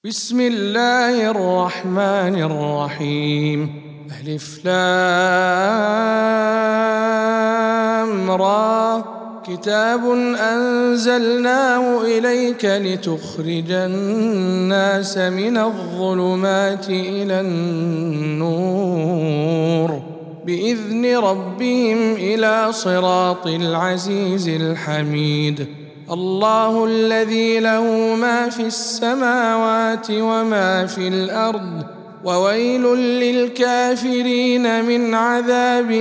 بسم الله الرحمن الرحيم. ألف لام را. كتاب أنزلناه إليك لتخرج الناس من الظلمات إلى النور بإذن ربهم إلى صراط العزيز الحميد. الله الذي له ما في السماوات وما في الأرض وويل للكافرين من عذاب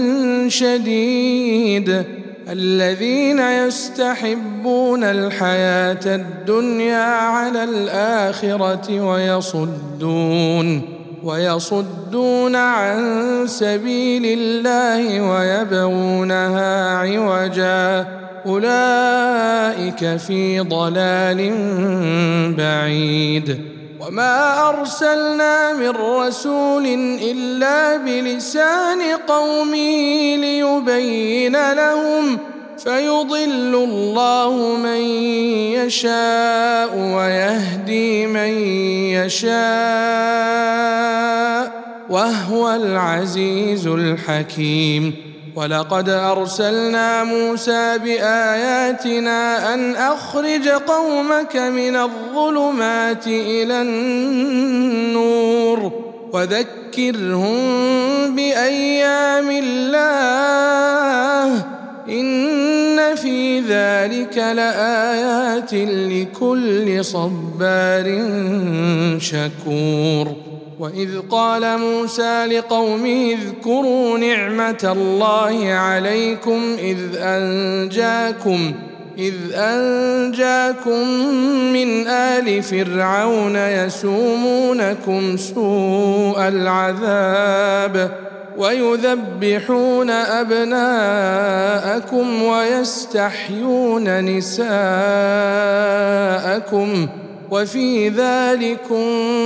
شديد. الذين يستحبون الحياة الدنيا على الآخرة ويصدون عن سبيل الله ويبغونها عوجا أولئك في ضلال بعيد. وما أرسلنا من رسول إلا بلسان قومه ليبين لهم فيضل الله من يشاء ويهدي من يشاء وهو العزيز الحكيم. ولقد أرسلنا موسى بآياتنا أن أخرج قومك من الظلمات إلى النور وذكرهم بأيام الله إن في ذلك لآيات لكل صبار شكور. وإذ قال موسى لقومه اذكروا نعمة الله عليكم إذ أنجاكم من آل فرعون يسومونكم سوء العذاب ويذبحون أبناءكم ويستحيون نساءكم وفي ذلكم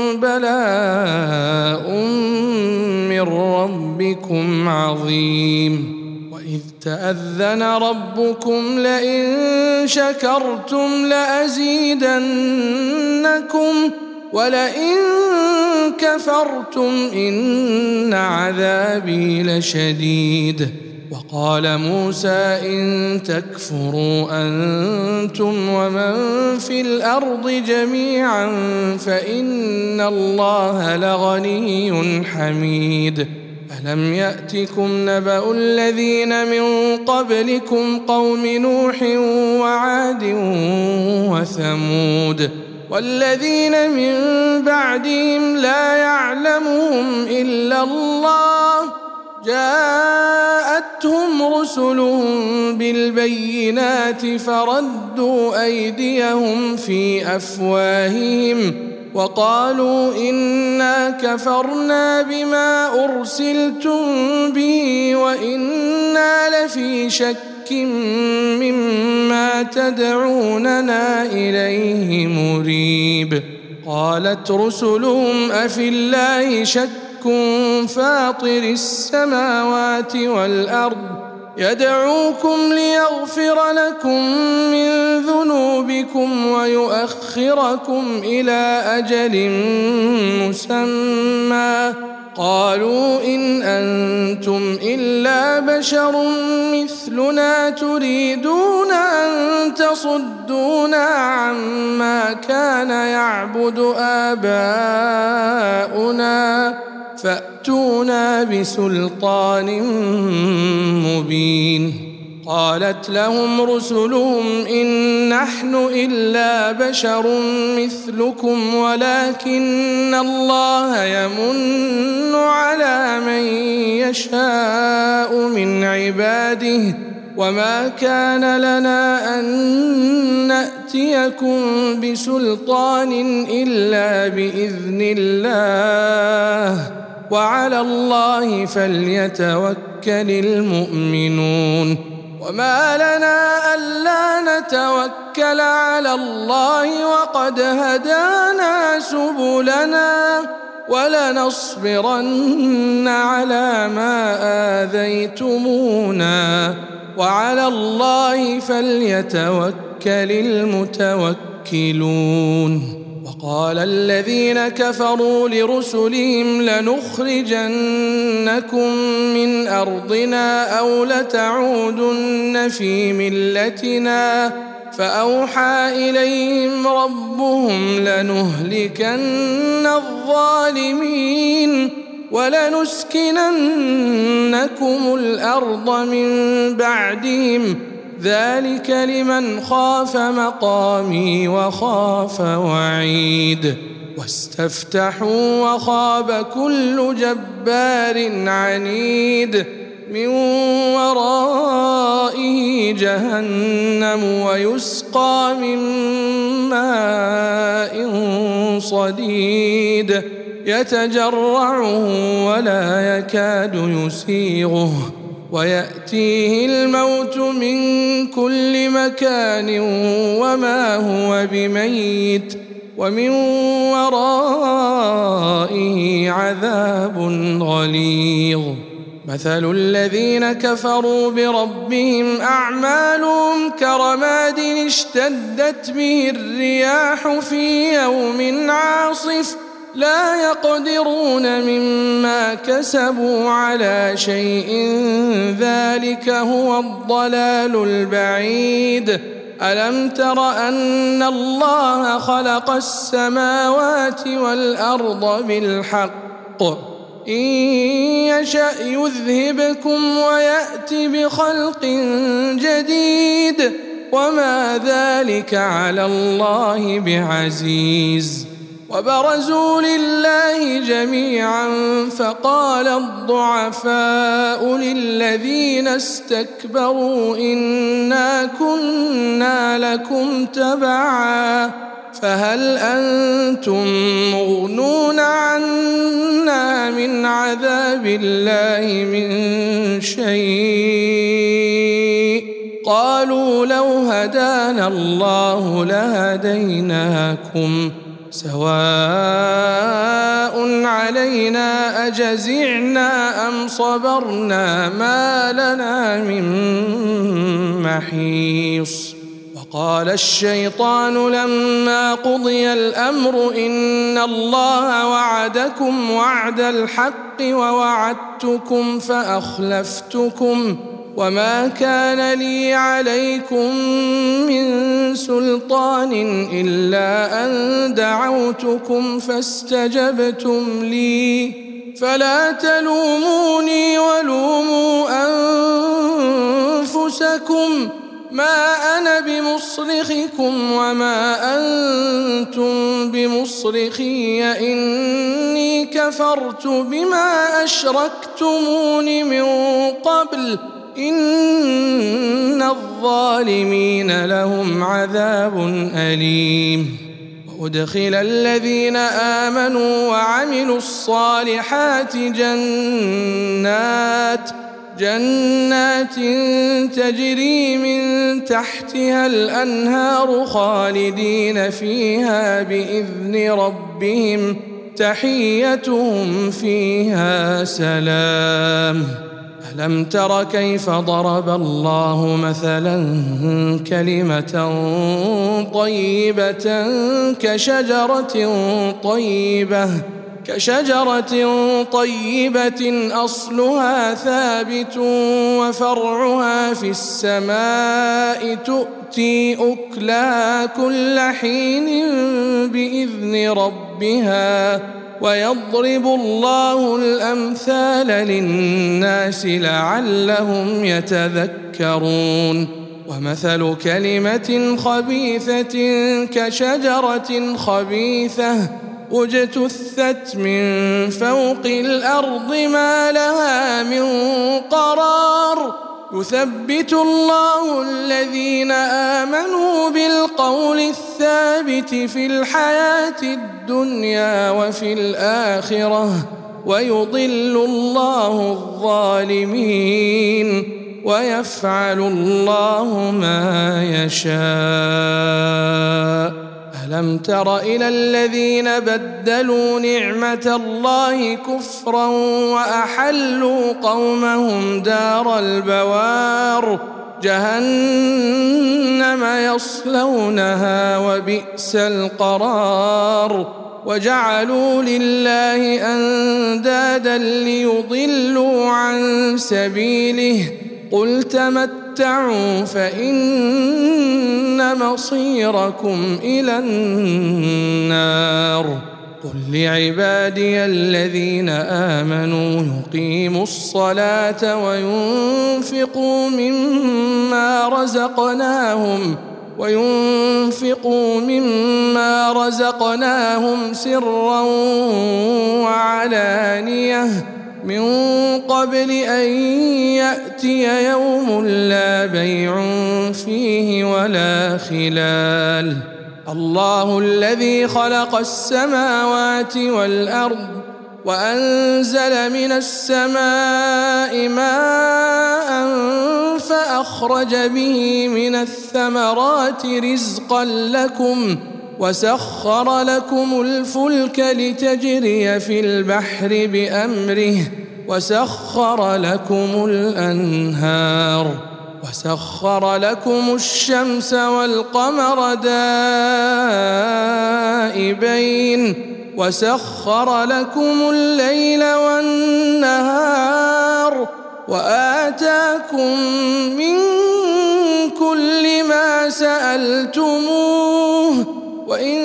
بلاء من ربكم عظيم. وإذ تأذن ربكم لئن شكرتم لأزيدنكم ولئن كفرتم إن عذابي لشديد. وقال موسى إن تكفروا أنتم ومن في الأرض جميعا فإن الله لغني حميد. ألم يأتكم نبأ الذين من قبلكم قوم نوح وعاد وثمود والذين من بعدهم لا يعلمهم إلا الله جاءتهم رسلهم بالبينات فردوا أيديهم في أفواههم وقالوا إنا كفرنا بما أرسلتم به وإنا لفي شك مما تدعوننا إليه مريب. قالت رسلهم أفي الله شك فاطر السماوات والأرض يدعوكم ليغفر لكم من ذنوبكم ويؤخركم إلى أجل مسمى قالوا إن أنتم إلا بشر مثلنا تريدون أن تصدونا عما كان يعبد آباؤنا فأتونا بسلطان مبين. قالت لهم رسلهم إن نحن إلا بشر مثلكم ولكن الله يمن على من يشاء من عباده وما كان لنا أن نأتيكم بسلطان إلا بإذن الله وعلى الله فليتوكل المؤمنون. وما لنا ألا نتوكل على الله وقد هدانا سبلنا ولنصبرن على ما آذيتمونا وعلى الله فليتوكل المتوكلون. وقال الذين كفروا لرسلهم لنخرجنكم من أرضنا أو لتعودن في ملتنا فأوحى إليهم ربهم لنهلكن الظالمين ولنسكننكم الأرض من بعدهم ذلك لمن خاف مقامي وخاف وعيد واستفتحوا وخاب كل جبار عنيد من ورائه جهنم ويسقى من ماء صديد يتجرعه ولا يكاد يسيغه ويأتيه الموت من كل مكان وما هو بميت ومن ورائه عذاب غليظ مثل الذين كفروا بربهم أعمالهم كرماد اشتدت به الرياح في يوم عاصف لا يقدرون مما كسبوا على شيء ذلك هو الضلال البعيد ألم تر أن الله خلق السماوات والأرض بالحق إن يشأ يذهبكم ويأت بخلق جديد وما ذلك على الله بعزيز وبرزوا لله جميعا فقال الضعفاء للذين استكبروا إنا كنا لكم تبعا فهل أنتم مغنون عنا من عذاب الله من شيء قالوا لو هدانا الله لهديناكم سواء علينا أجزعنا أم صبرنا ما لنا من محيص وقال الشيطان لما قضي الأمر إن الله وعدكم وعد الحق ووعدتكم فأخلفتكم وما كان لي عليكم من سلطان إلا أن دعوتكم فاستجبتم لي فلا تلوموني ولوموا أنفسكم ما أنا بمصرخكم وما أنتم بمصرخي إني كفرت بما أشركتمون من قبل إن الظالمين لهم عذاب أليم وأدخل الذين آمنوا وعملوا الصالحات جنات تجري من تحتها الأنهار خالدين فيها بإذن ربهم تحيتهم فيها سلام ألم تر كيف ضرب الله مثلا كلمة طيبة كشجرة طيبة أصلها ثابت وفرعها في السماء تؤتي أكلها كل حين بإذن ربها ويضرب الله الأمثال للناس لعلهم يتذكرون ومثل كلمة خبيثة كشجرة خبيثة اجتثت من فوق الأرض ما لها من قرار يثبت الله الذين آمنوا بالقول الثابت في الحياة الدنيا وفي الآخرة ويضل الله الظالمين ويفعل الله ما يشاء ألم تر إلى الذين بدلوا نعمة الله كفرا وأحلوا قومهم دار البوار جهنم يصلونها وبئس القرار وجعلوا لله أندادا ليضلوا عن سبيله قل تمتعوا فإن مصيركم إلى النار قل لعبادي الذين آمنوا يقيموا الصلاة وينفقوا مما رزقناهم سرا وعلانية من قبل أن يأتي يوم لا بيع فيه ولا خلال الله الذي خلق السماوات والأرض وأنزل من السماء ماء فأخرج به من الثمرات رزقا لكم وسخر لكم الفلك لتجري في البحر بأمره وسخر لكم الأنهار وسخر لكم الشمس والقمر دائبين وسخر لكم الليل والنهار وآتاكم من كل ما سألتموه وإن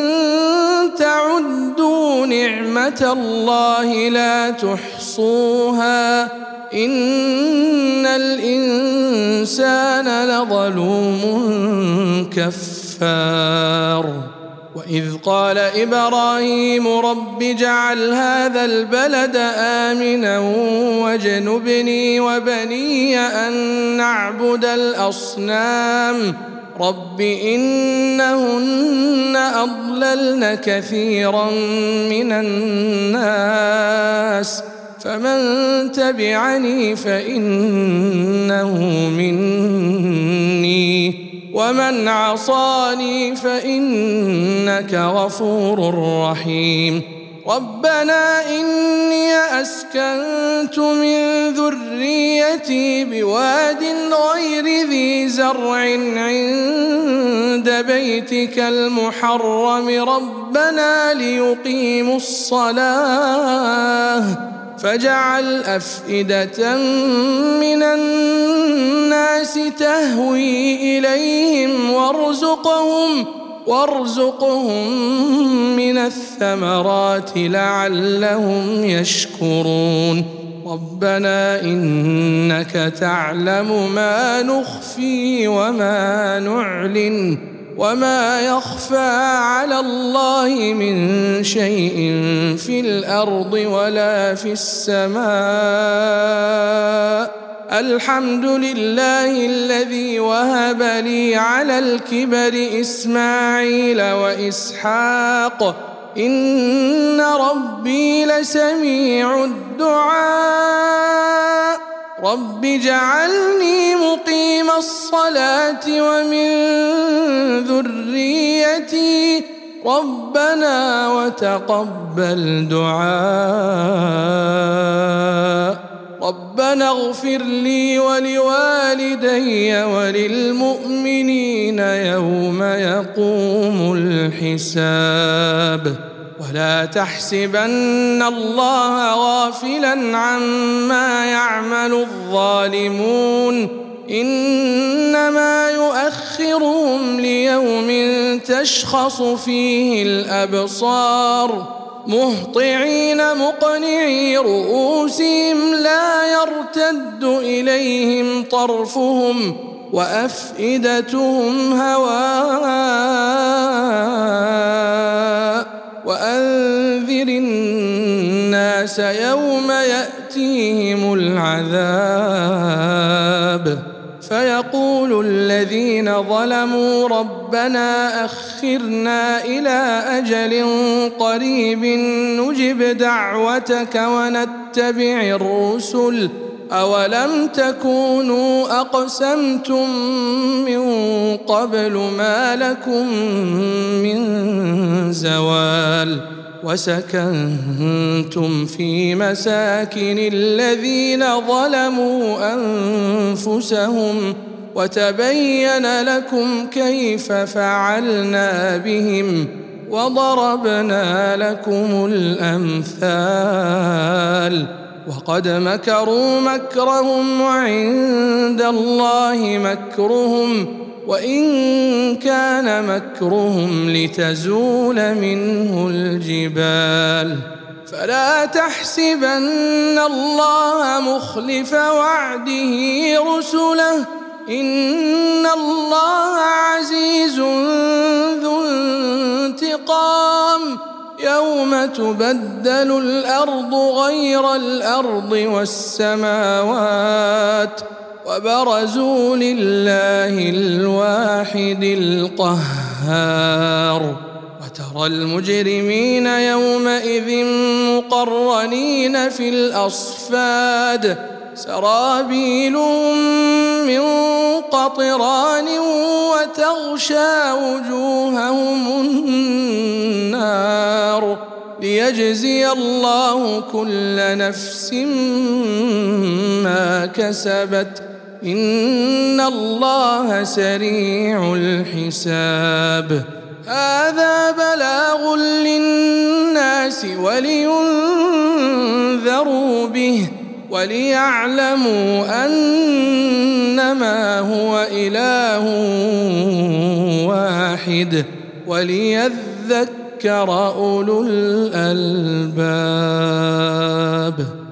تعدوا نعمة الله لا تحصوها إن الإنسان لظلوم كفار وإذ قال إبراهيم رب اجعل هذا البلد آمنا واجنبني وبني أن نعبد الأصنام رب إنهن أضللن كثيرا من الناس فمن تبعني فإنه مني ومن عصاني فإنك غفور رحيم ربنا إني أسكنت من ذريتي بواد غير ذي زرع عند بيتك المحرم ربنا ليقيموا الصلاة فاجعل أفئدة من الناس تهوي إليهم وارزقهم من الثمرات لعلهم يشكرون ربنا إنك تعلم ما نخفي وما نعلن وما يخفى على الله من شيء في الأرض ولا في السماء الحمد لله الذي وهب لي على الكبر إسماعيل وإسحاق إن ربي لسميع الدعاء رب اجعلني مقيم الصلاة ومن ذريتي ربنا وتقبل دعاء ربنا اغفر لي ولوالدي وللمؤمنين يوم يقوم الحساب ولا تحسبن الله غافلا عما يعمل الظالمون إنما يؤخرهم ليوم تشخص فيه الأبصار مهطعين مقنعي رؤوسهم لا يرتد إليهم طرفهم وأفئدتهم هواء وأنذر الناس يوم يأتيهم العذاب فيقول الذين ظلموا ربنا أخرنا إلى أجل قريب نجب دعوتك ونتبع الرسل أولم تكونوا أقسمتم من قبل ما لكم من زوال وسكنتم في مساكن الذين ظلموا أنفسهم وتبين لكم كيف فعلنا بهم وضربنا لكم الأمثال وقد مكروا مكرهم وعند الله مكرهم وإن كان مكرهم لتزول منه الجبال فلا تحسبن الله مخلف وعده رسله إن الله عزيز ذو انتقام يوم تبدل الأرض غير الأرض والسماوات وبرزوا لله الواحد القهار وترى المجرمين يومئذ مقرنين في الأصفاد سرابيلهم من قطران وتغشى وجوههم النار ليجزي الله كل نفس ما كسبت إن الله سريع الحساب هذا بلاغ للناس ولينذروا به وليعلموا أنما هو إله واحد وليذكر أولو الألباب.